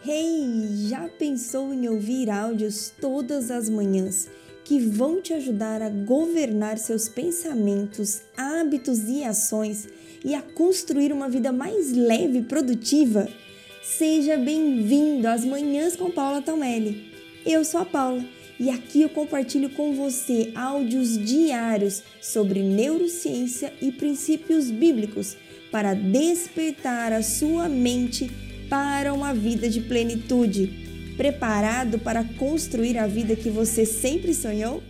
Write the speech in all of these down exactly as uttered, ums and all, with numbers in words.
Hey, já pensou em ouvir áudios todas as manhãs que vão te ajudar a governar seus pensamentos, hábitos e ações e a construir uma vida mais leve e produtiva? Seja bem-vindo às Manhãs com Paula Taumelli. Eu sou a Paula e aqui eu compartilho com você áudios diários sobre neurociência e princípios bíblicos para despertar a sua mente para uma vida de plenitude. Preparado para construir a vida que você sempre sonhou?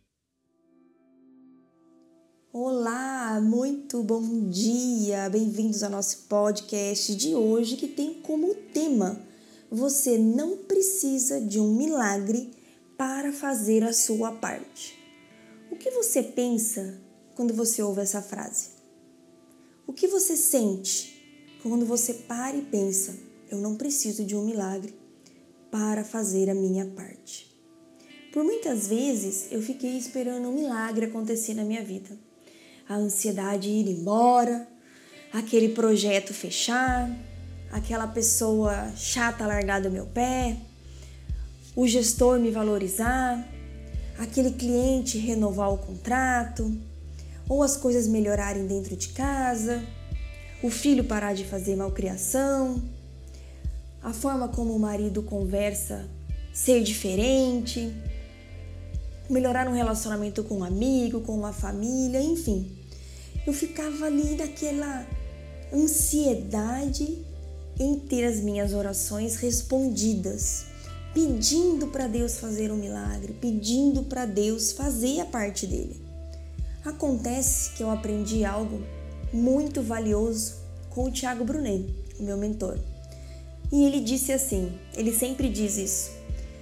Olá, muito bom dia! Bem-vindos ao nosso podcast de hoje que tem como tema: você não precisa de um milagre para fazer a sua parte. O que você pensa quando você ouve essa frase? O que você sente quando você para e pensa: eu não preciso de um milagre para fazer a minha parte? Por muitas vezes eu fiquei esperando um milagre acontecer na minha vida. A ansiedade ir embora, aquele projeto fechar, aquela pessoa chata largar do meu pé, o gestor me valorizar, aquele cliente renovar o contrato, ou as coisas melhorarem dentro de casa, o filho parar de fazer malcriação, a forma como o marido conversa ser diferente, melhorar um relacionamento com um amigo, com uma família, enfim. Eu ficava ali naquela ansiedade em ter as minhas orações respondidas, pedindo para Deus fazer um milagre, pedindo para Deus fazer a parte dele. Acontece que eu aprendi algo muito valioso com o Thiago Brunet, o meu mentor. E ele disse assim, ele sempre diz isso: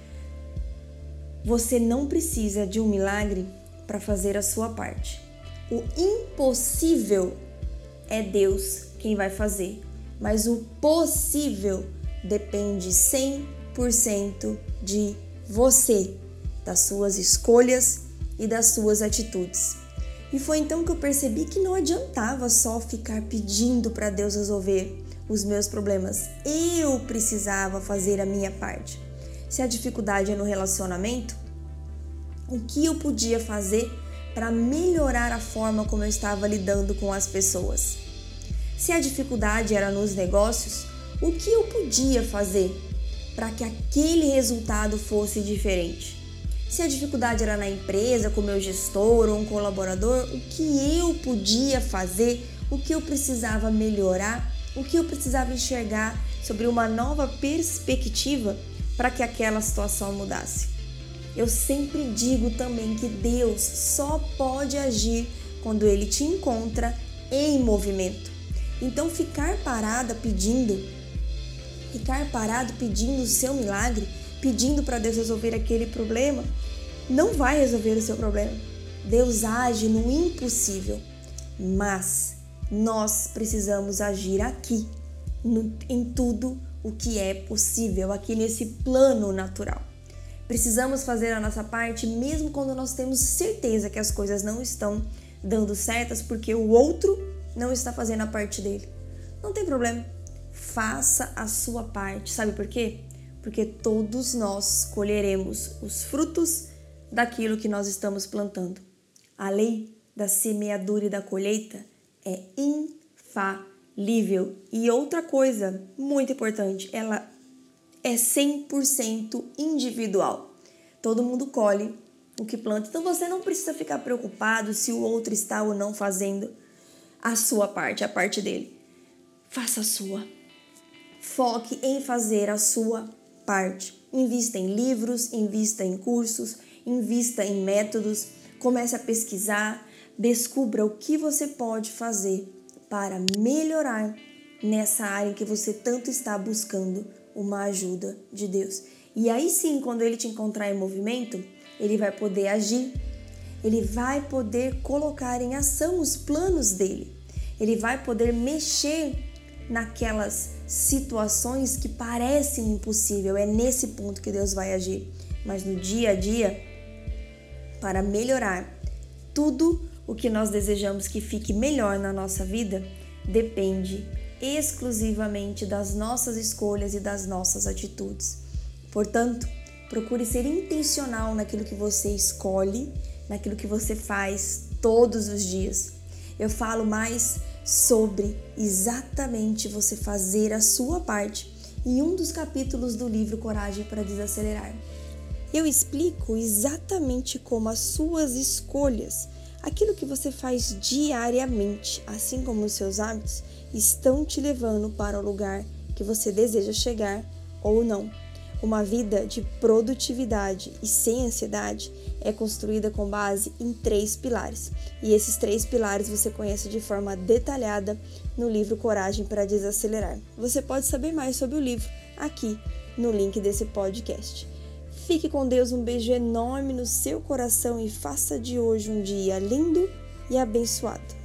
você não precisa de um milagre para fazer a sua parte. O impossível é Deus quem vai fazer, mas o possível depende cem por cento de você, das suas escolhas e das suas atitudes. E foi então que eu percebi que não adiantava só ficar pedindo para Deus resolver os meus problemas. Eu precisava fazer a minha parte. Se a dificuldade é no relacionamento, o que eu podia fazer para melhorar a forma como eu estava lidando com as pessoas? Se a dificuldade era nos negócios, o que eu podia fazer para que aquele resultado fosse diferente? Se a dificuldade era na empresa, com o meu gestor ou um colaborador, o que eu podia fazer, o que eu precisava melhorar, o que eu precisava enxergar sobre uma nova perspectiva para que aquela situação mudasse. Eu sempre digo também que Deus só pode agir quando Ele te encontra em movimento. Então ficar parada pedindo, ficar parado pedindo o seu milagre, pedindo para Deus resolver aquele problema, não vai resolver o seu problema. Deus age no impossível, mas nós precisamos agir aqui, no, em tudo o que é possível, aqui nesse plano natural. Precisamos fazer a nossa parte mesmo quando nós temos certeza que as coisas não estão dando certas porque o outro não está fazendo a parte dele. Não tem problema, faça a sua parte. Sabe por quê? Porque todos nós colheremos os frutos daquilo que nós estamos plantando. A lei da semeadura e da colheita é infalível. E outra coisa muito importante, ela é cem por cento individual. Todo mundo colhe o que planta. Então você não precisa ficar preocupado se o outro está ou não fazendo a sua parte, a parte dele. Faça a sua. Foque em fazer a sua parte. Invista em livros, invista em cursos, invista em métodos, comece a pesquisar, descubra o que você pode fazer para melhorar nessa área em que você tanto está buscando uma ajuda de Deus. E aí sim, quando Ele te encontrar em movimento, Ele vai poder agir, Ele vai poder colocar em ação os planos dele, Ele vai poder mexer naquelas situações que parecem impossível. É nesse ponto que Deus vai agir. Mas no dia a dia, para melhorar tudo o que nós desejamos que fique melhor na nossa vida, depende exclusivamente das nossas escolhas e das nossas atitudes. Portanto, procure ser intencional naquilo que você escolhe, naquilo que você faz todos os dias. Eu falo mais sobre exatamente você fazer a sua parte em um dos capítulos do livro Coragem para Desacelerar. Eu explico exatamente como as suas escolhas, aquilo que você faz diariamente, assim como os seus hábitos, estão te levando para o lugar que você deseja chegar ou não. Uma vida de produtividade e sem ansiedade é construída com base em três pilares. E esses três pilares você conhece de forma detalhada no livro Coragem para Desacelerar. Você pode saber mais sobre o livro aqui no link desse podcast. Fique com Deus, um beijo enorme no seu coração e faça de hoje um dia lindo e abençoado.